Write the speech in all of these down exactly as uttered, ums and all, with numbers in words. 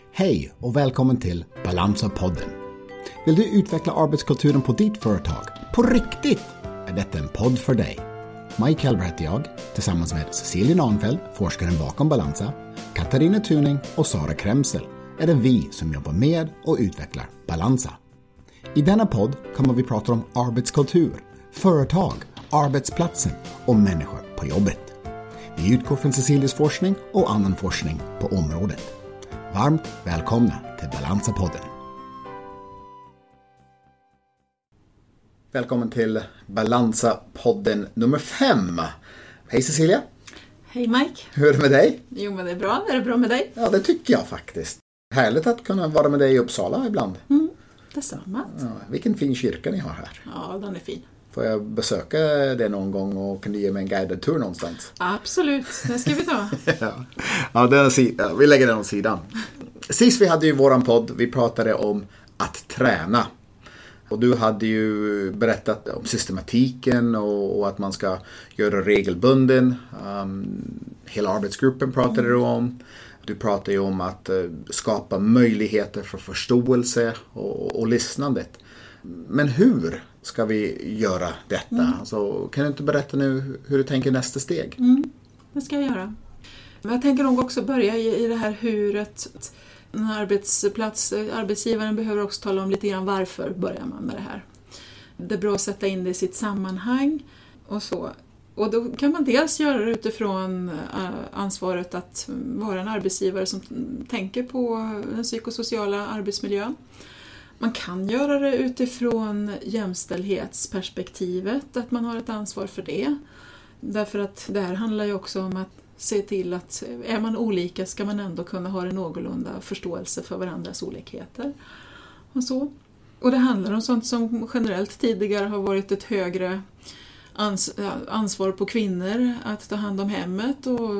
Hej och välkommen till Balansa-podden. Vill du utveckla arbetskulturen på ditt företag? På riktigt är detta en podd för dig. Mike Helber heter jag, tillsammans med Cecilia Nahnfeldt, forskaren bakom Balansa, Katarina Tuning och Sara Kremsel är det vi som jobbar med och utvecklar Balansa. I denna podd kommer vi prata om arbetskultur, företag, arbetsplatsen och människor på jobbet. Vi utgår från Cecilias forskning och annan forskning på området. Varmt välkomna till Balansa-podden. Välkommen till Balansa-podden nummer fem. Hej Cecilia. Hej Mike. Hur är det med dig? Jo men det är bra. Är det bra med dig? Ja, det tycker jag faktiskt. Härligt att kunna vara med dig i Uppsala ibland. Mm, detsamma. Ja, vilken fin kyrka ni har här. Ja, den är fin. Får jag besöka det någon gång och kan du ge mig en guided tour någonstans? Absolut, det ska vi ta. ja, ja den, vi lägger den åt sidan. Sist vi hade ju våran podd, vi pratade om att träna. Och du hade ju berättat om systematiken och, och att man ska göra regelbunden. Um, hela arbetsgruppen pratade du om. Du pratade ju om att uh, skapa möjligheter för förståelse och, och lyssnandet. Men hur ska vi göra detta? Mm. Alltså, kan du inte berätta nu hur du tänker nästa steg? Mm, det ska jag göra. Men jag tänker nog också börja i, i det här huret. En arbetsplats, arbetsgivaren behöver också tala om lite grann varför börjar man med det här. Det är bra att sätta in det i sitt sammanhang och så. Och då kan man dels göra det utifrån ansvaret att vara en arbetsgivare som tänker på den psykosociala arbetsmiljön. Man kan göra det utifrån jämställdhetsperspektivet, att man har ett ansvar för det. Därför att det här handlar ju också om att se till att är man olika ska man ändå kunna ha en någorlunda förståelse för varandras olikheter. Och, så. Och det handlar om sånt som generellt tidigare har varit ett högre ans- ansvar på kvinnor att ta hand om hemmet och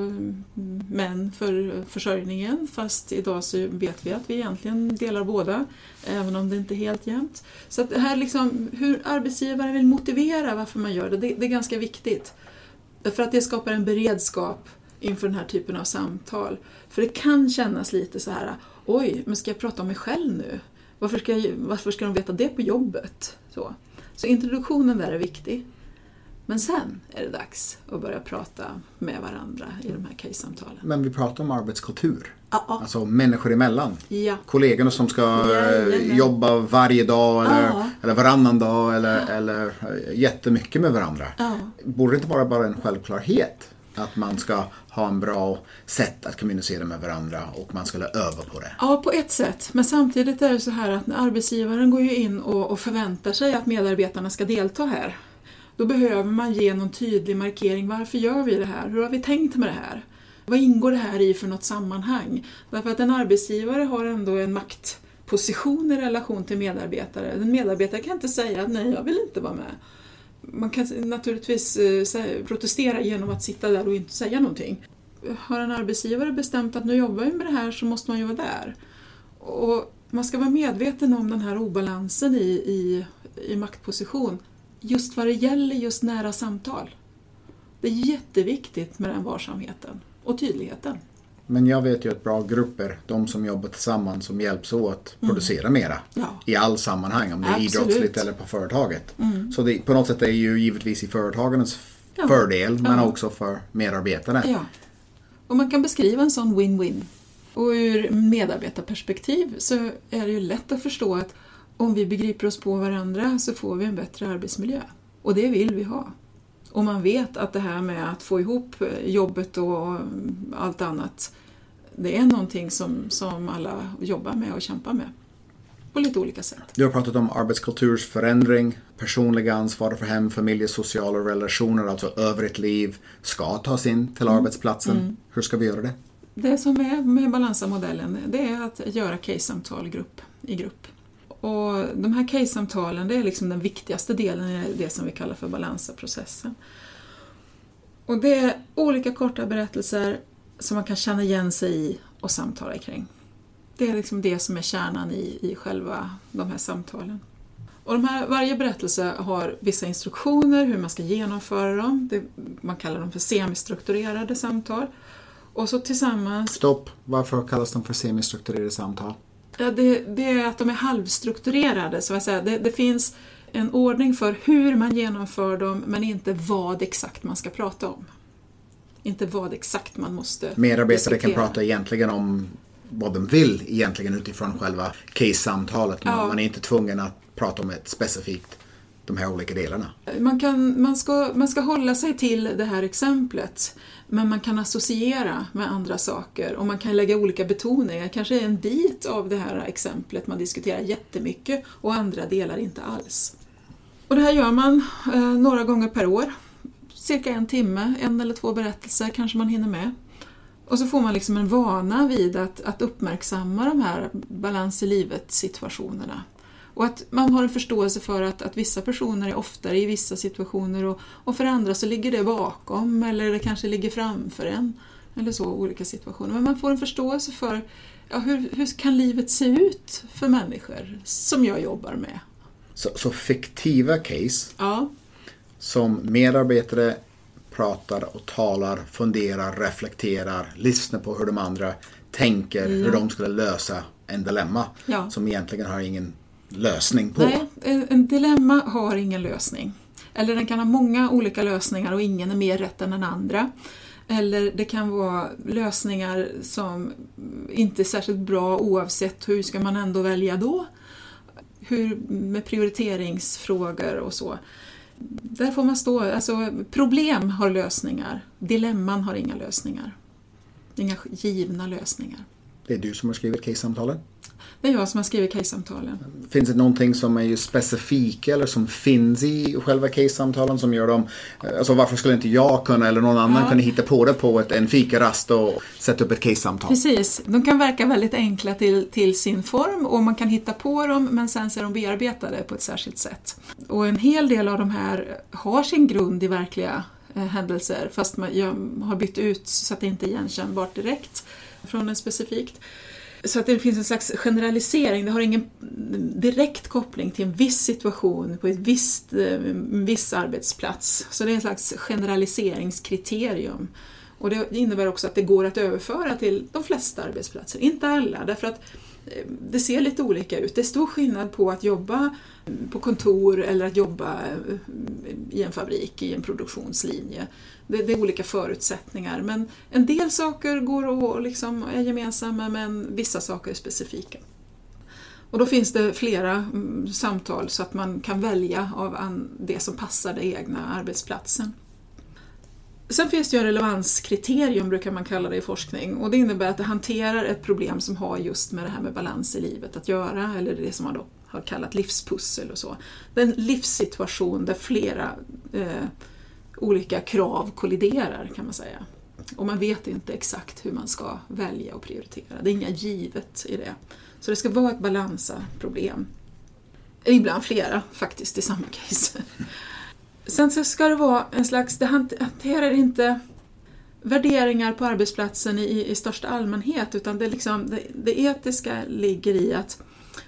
män för försörjningen. Fast idag så vet vi att vi egentligen delar båda, även om det inte är helt jämnt. Så att det här liksom, hur arbetsgivare vill motivera varför man gör det, det, det är ganska viktigt. Därför att det skapar en beredskap inför den här typen av samtal. För det kan kännas lite så här: oj, men ska jag prata om mig själv nu? Varför ska, jag, varför ska de veta det på jobbet? Så. så introduktionen där är viktig. Men sen är det dags att börja prata med varandra i de här case-samtalen. Men vi pratar om arbetskultur. Ja. Alltså människor emellan. Ja. Kollegorna som ska ja, jobba varje dag eller, ja. eller varannan dag eller, ja. eller jättemycket med varandra. Ja. Borde det inte vara bara en självklarhet att man ska ha en bra sätt att kommunicera med varandra och man ska öva på det? Ja, på ett sätt. Men samtidigt är det så här att när arbetsgivaren går ju in och, och förväntar sig att medarbetarna ska delta här. Då behöver man ge någon tydlig markering. Varför gör vi det här? Hur har vi tänkt med det här? Vad ingår det här i för något sammanhang? Därför att en arbetsgivare har ändå en maktposition i relation till medarbetare. En medarbetare kan inte säga att nej, jag vill inte vara med. Man kan naturligtvis protestera genom att sitta där och inte säga någonting. Har en arbetsgivare bestämt att nu jobbar vi med det här så måste man ju vara där. Och man ska vara medveten om den här obalansen i, i, i maktposition. Just vad det gäller just nära samtal. Det är jätteviktigt med den varsamheten och tydligheten. Men jag vet ju att bra grupper, de som jobbar tillsammans, som hjälps åt att producera mm. mera. Ja. I all sammanhang, om det är Absolut. idrottsligt eller på företaget. Mm. Så det, på något sätt är det ju givetvis i företagarnas ja. fördel, men ja. också för medarbetarna. Ja. Och man kan beskriva en sån win-win. Och ur medarbetarperspektiv så är det ju lätt att förstå att om vi begriper oss på varandra så får vi en bättre arbetsmiljö. Och det vill vi ha. Och man vet att det här med att få ihop jobbet och allt annat, det är någonting som, som alla jobbar med och kämpar med. På lite olika sätt. Du har pratat om arbetskultursförändring, personliga ansvar för hem, familje, sociala relationer, alltså övrigt liv ska tas in till mm. arbetsplatsen. Mm. Hur ska vi göra det? Det som är med Balansa-modellen, det är att göra case-samtal grupp, i grupp. Och de här case-samtalen, det är liksom den viktigaste delen i det som vi kallar för Balansa-processen. Och det är olika korta berättelser som man kan känna igen sig i och samtala kring. Det är liksom det som är kärnan i, i själva de här samtalen. Och de här, varje berättelse har vissa instruktioner hur man ska genomföra dem. Det, man kallar dem för semistrukturerade samtal. Och så tillsammans... Stopp, varför kallas de för semistrukturerade samtal? Ja, det, det är att de är halvstrukturerade, så att säga. Det, det finns en ordning för hur man genomför dem, men inte vad exakt man ska prata om. Inte vad exakt man måste Medarbetare diskutera. kan prata egentligen om vad de vill egentligen utifrån själva case-samtalet. Man, Ja. man är inte tvungen att prata om ett specifikt, de här olika delarna. Man, kan, man, ska, man ska hålla sig till det här exemplet, men man kan associera med andra saker och man kan lägga olika betoningar. Kanske är en bit av det här exemplet man diskuterar jättemycket och andra delar inte alls. Och det här gör man eh, några gånger per år. Cirka en timme, en eller två berättelser kanske man hinner med. Och så får man liksom en vana vid att, att uppmärksamma de här balans i livet situationerna. Och att man har en förståelse för att, att vissa personer är oftare i vissa situationer och, och för andra så ligger det bakom eller det kanske ligger framför en. Eller så, olika situationer. Men man får en förståelse för ja, hur, hur kan livet se ut för människor som jag jobbar med. Så, så fiktiva case Ja, som medarbetare pratar och talar, funderar, reflekterar, lyssnar på hur de andra tänker, Ja. hur de skulle lösa en dilemma Ja. som egentligen har ingen lösning på. nej, en, en dilemma har ingen lösning. Eller den kan ha många olika lösningar och ingen är mer rätt än den andra. Eller det kan vara lösningar som inte är särskilt bra oavsett hur ska man ändå välja då. Hur med prioriteringsfrågor och så. Där får man stå, alltså problem har lösningar, dilemman har inga lösningar. Inga givna lösningar. Det är du som har skrivit case-samtalen. Det är jag som har skrivit case-samtalen. Finns det någonting som är ju specifika eller som finns i själva case-samtalen som gör dem, alltså varför skulle inte jag kunna eller någon annan Ja. kunna hitta på det på ett, en fikarast och sätta upp ett case-samtal? Precis, de kan verka väldigt enkla till, till sin form och man kan hitta på dem men sen så är de bearbetade på ett särskilt sätt. Och en hel del av de här har sin grund i verkliga eh, händelser fast man jag har bytt ut så att det inte är igenkännbart direkt från en specifikt. Så att det finns en slags generalisering, det har ingen direkt koppling till en viss situation på ett visst, en viss arbetsplats. Så det är en slags generaliseringskriterium. Och det innebär också att det går att överföra till de flesta arbetsplatser, inte alla, därför att det ser lite olika ut. Det är stor skillnad på att jobba på kontor eller att jobba i en fabrik, i en produktionslinje. Det, det är olika förutsättningar, men en del saker går att liksom är gemensamma, men vissa saker är specifika. Och då finns det flera mm, samtal så att man kan välja av an, det som passar den egna arbetsplatsen. Sen finns det ju en relevanskriterium, brukar man kalla det i forskning, och det innebär att det hanterar ett problem som har just med det här med balans i livet att göra, eller det som man då har kallat livspussel och så. Det är en livssituation där flera eh, olika krav kolliderar, kan man säga. Och man vet inte exakt hur man ska välja och prioritera. Det är inga givet i det. Så det ska vara ett balansproblem. Ibland flera faktiskt i samma case. Sen så ska det vara en slags, det hanterar inte värderingar på arbetsplatsen i, i största allmänhet, utan det, liksom, det, det etiska ligger i att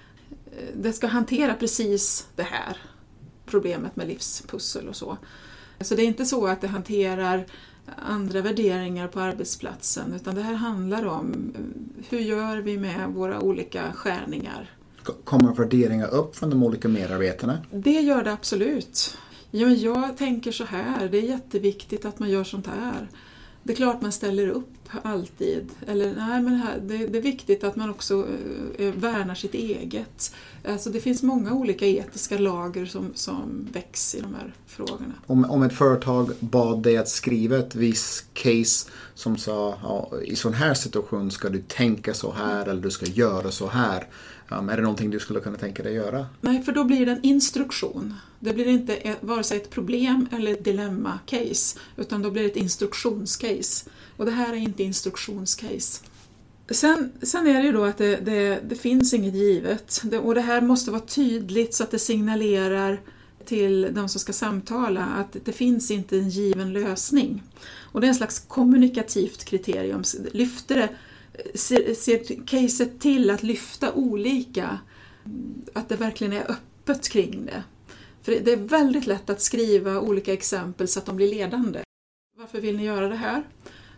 det ska hantera precis det här problemet med livspussel och så. Så det är inte så att det hanterar andra värderingar på arbetsplatsen, utan det här handlar om hur gör vi med våra olika skärningar. Kommer värderingar upp från de olika medarbetarna? Det gör det absolut. Ja, men jag tänker så här, det är jätteviktigt att man gör sånt här. Det är klart man ställer upp alltid. Eller nej, men här, det, det är viktigt att man också eh, värnar sitt eget. Alltså det finns många olika etiska lager som, som väcks i de här frågorna. Om, om ett företag bad dig att skriva ett viss case som sa ja, i sån här situation ska du tänka så här eller du ska göra så här. Um, är det någonting du skulle kunna tänka dig göra? Nej, för då blir det en instruktion. Det blir inte ett, vare sig ett problem eller ett dilemma-case, utan då blir det ett instruktionscase. Och det här är inte instruktionscase. Sen, sen är det ju då att det, det, det finns inget givet. Det, och det här måste vara tydligt så att det signalerar till de som ska samtala att det finns inte en given lösning. Och det är en slags kommunikativt kriterium. Lyfter det, ser, ser caset till att lyfta olika, att det verkligen är öppet kring det. För det är väldigt lätt att skriva olika exempel så att de blir ledande. Varför vill ni göra det här?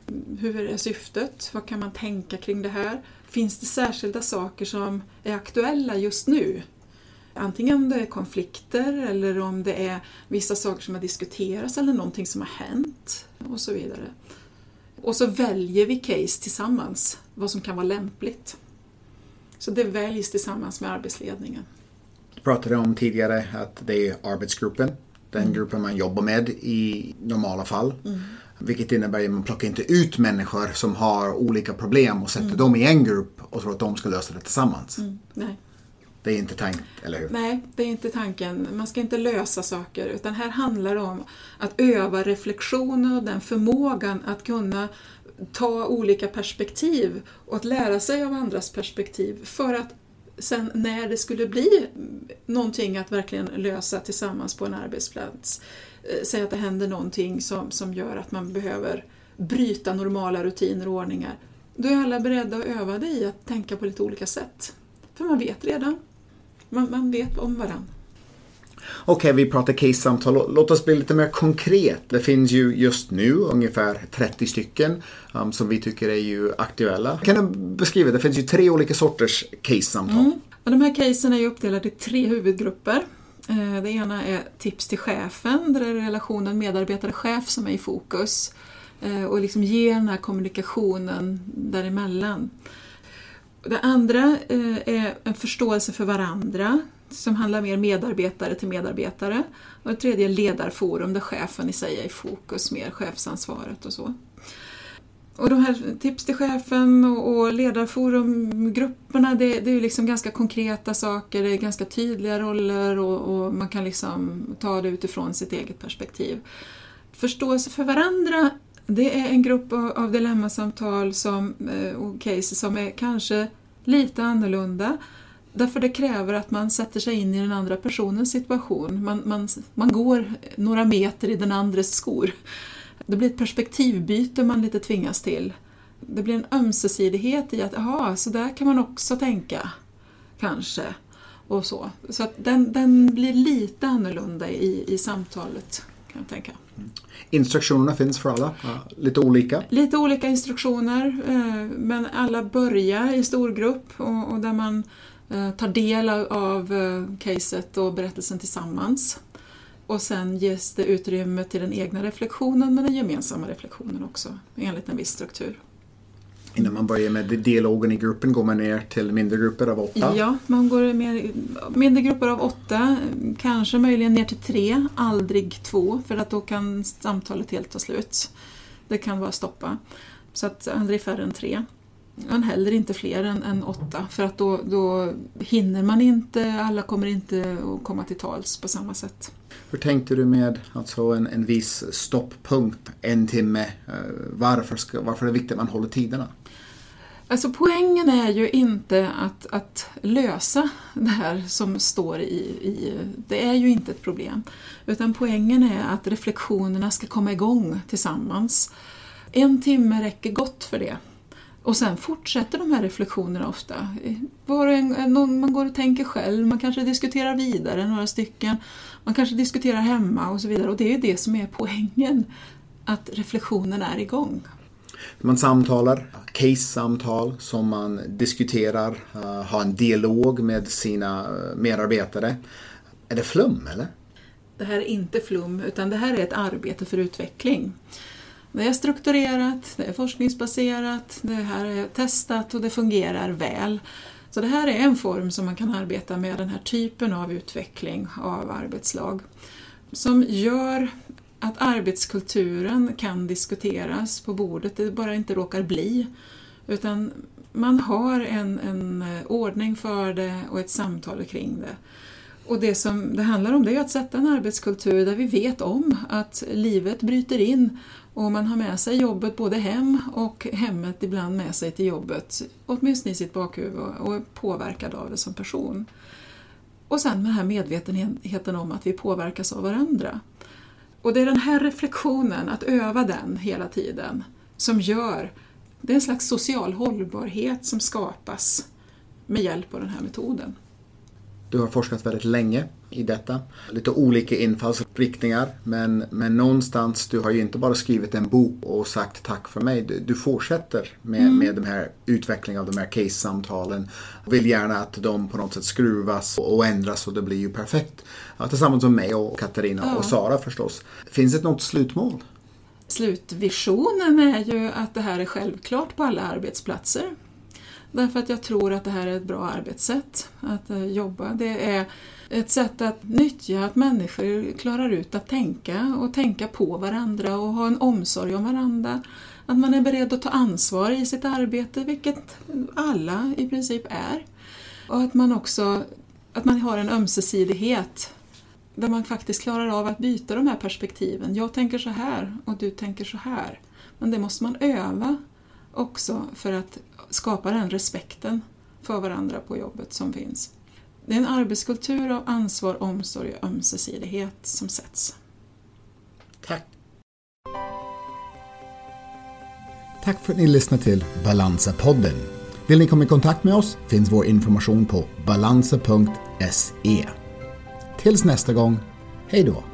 Hur är syftet? Vad kan man tänka kring det här? Finns det särskilda saker som är aktuella just nu? Antingen om det är konflikter eller om det är vissa saker som har diskuterats eller någonting som har hänt och så vidare. Och så väljer vi case tillsammans, vad som kan vara lämpligt. Så det väljs tillsammans med arbetsledningen. Du pratade om tidigare att det är arbetsgruppen, den mm. gruppen man jobbar med i normala fall. Mm. Vilket innebär att man plockar inte ut människor som har olika problem och sätter mm. dem i en grupp och tror att de ska lösa det tillsammans. Mm. Nej. Det är inte tanken, eller hur? Nej, det är inte tanken. Man ska inte lösa saker, utan här handlar det om att öva reflektionen och den förmågan att kunna ta olika perspektiv och att lära sig av andras perspektiv för att sen när det skulle bli någonting att verkligen lösa tillsammans på en arbetsplats, säg att det händer någonting som, som gör att man behöver bryta normala rutiner och ordningar, då är alla beredda att öva det i att tänka på lite olika sätt. För man vet redan. Man, man vet om varandra. Okej, vi pratar case-samtal. Låt oss bli lite mer konkret. Det finns ju just nu ungefär trettio stycken um, som vi tycker är ju aktuella. Kan du beskriva? Det finns ju tre olika sorters case-samtal. Mm. Och de här casen är ju uppdelade i tre huvudgrupper. Eh, det ena är tips till chefen, där är relationen medarbetare-chef som är i fokus. Eh, och liksom ger den här kommunikationen däremellan. Det andra eh, är en förståelse för varandra som handlar mer medarbetare till medarbetare. Och det tredje är ledarforum där chefen i sig är i fokus, mer chefsansvaret och så. Och de här tips till chefen och, och ledarforumgrupperna, det, det är ju liksom ganska konkreta saker, det är ganska tydliga roller och, och man kan liksom ta det utifrån sitt eget perspektiv. Förståelse för varandra, det är en grupp av dilemmasamtal som, och cases som är kanske lite annorlunda. Därför det kräver att man sätter sig in i den andra personens situation. Man, man, man går några meter i den andres skor. Det blir ett perspektivbyte man lite tvingas till. Det blir en ömsesidighet i att aha, så där kan man också tänka. Kanske. Och så. Så att den, den blir lite annorlunda i, i samtalet, kan jag tänka. Instruktionerna finns för alla, ja, lite olika. Lite olika instruktioner, men alla börjar i stor grupp och, och där man tar del av caset och berättelsen tillsammans. Och sen ges det utrymme till den egna reflektionen men den gemensamma reflektionen också, enligt en viss struktur. Innan man börjar med dialogen i gruppen går man ner till mindre grupper av åtta? Ja, man går med mindre grupper av åtta, kanske möjligen ner till tre, aldrig två, för att då kan samtalet helt ta slut. Det kan vara stoppa. Så att aldrig färre än tre. Men heller inte fler än, än åtta, för att då, då hinner man inte, alla kommer inte att komma till tals på samma sätt. Hur tänkte du med alltså en, en viss stopppunkt, en timme? Varför, ska, varför är det viktigt att man håller tiderna? Alltså poängen är ju inte att, att lösa det här som står i, i... Det är ju inte ett problem. Utan poängen är att reflektionerna ska komma igång tillsammans. En timme räcker gott för det. Och sen fortsätter de här reflektionerna ofta. Var en, någon, man går och tänker själv, man kanske diskuterar vidare några stycken. Man kanske diskuterar hemma och så vidare. Och det är ju det som är poängen, att reflektionen är igång. Man samtalar, case-samtal som man diskuterar, uh, har en dialog med sina medarbetare. Är det flum eller? Det här är inte flum, utan det här är ett arbete för utveckling. Det är strukturerat, det är forskningsbaserat, det här är testat och det fungerar väl. Så det här är en form som man kan arbeta med, den här typen av utveckling av arbetslag. Som gör att arbetskulturen kan diskuteras på bordet, det bara inte råkar bli. Utan man har en, en ordning för det och ett samtal kring det. Och det som det handlar om, det är att sätta en arbetskultur där vi vet om att livet bryter in och man har med sig jobbet både hem och hemmet ibland med sig till jobbet, åtminstone i sitt bakhuvud, och är påverkad av det som person. Och sen med den här medvetenheten om att vi påverkas av varandra. Och det är den här reflektionen, att öva den hela tiden, som gör, det är en slags social hållbarhet som skapas med hjälp av den här metoden. Du har forskat väldigt länge i detta. Lite olika infallsriktningar. Men, men någonstans, du har ju inte bara skrivit en bok och sagt tack för mig. Du, du fortsätter med, mm. med de här utvecklingen av de här case-samtalen. Och vill gärna att de på något sätt skruvas och, och ändras, och det blir ju perfekt. Ja, tillsammans med mig och Katarina ja. och Sara förstås. Finns det något slutmål? Slutvisionen är ju att det här är självklart på alla arbetsplatser. Därför att jag tror att det här är ett bra arbetssätt att jobba. Det är ett sätt att nyttja att människor klarar ut att tänka och tänka på varandra och ha en omsorg om varandra. Att man är beredd att ta ansvar i sitt arbete, vilket alla i princip är. Och att man också att man har en ömsesidighet där man faktiskt klarar av att byta de här perspektiven. Jag tänker så här och du tänker så här. Men det måste man öva också för att skapa den respekten för varandra på jobbet som finns. Det är en arbetskultur av ansvar, omsorg och ömsesidighet som sätts. Tack. Tack för att ni lyssnade till Balansa-podden. Vill ni komma i kontakt med oss finns vår information på balansa punkt se. Tills nästa gång, hej då!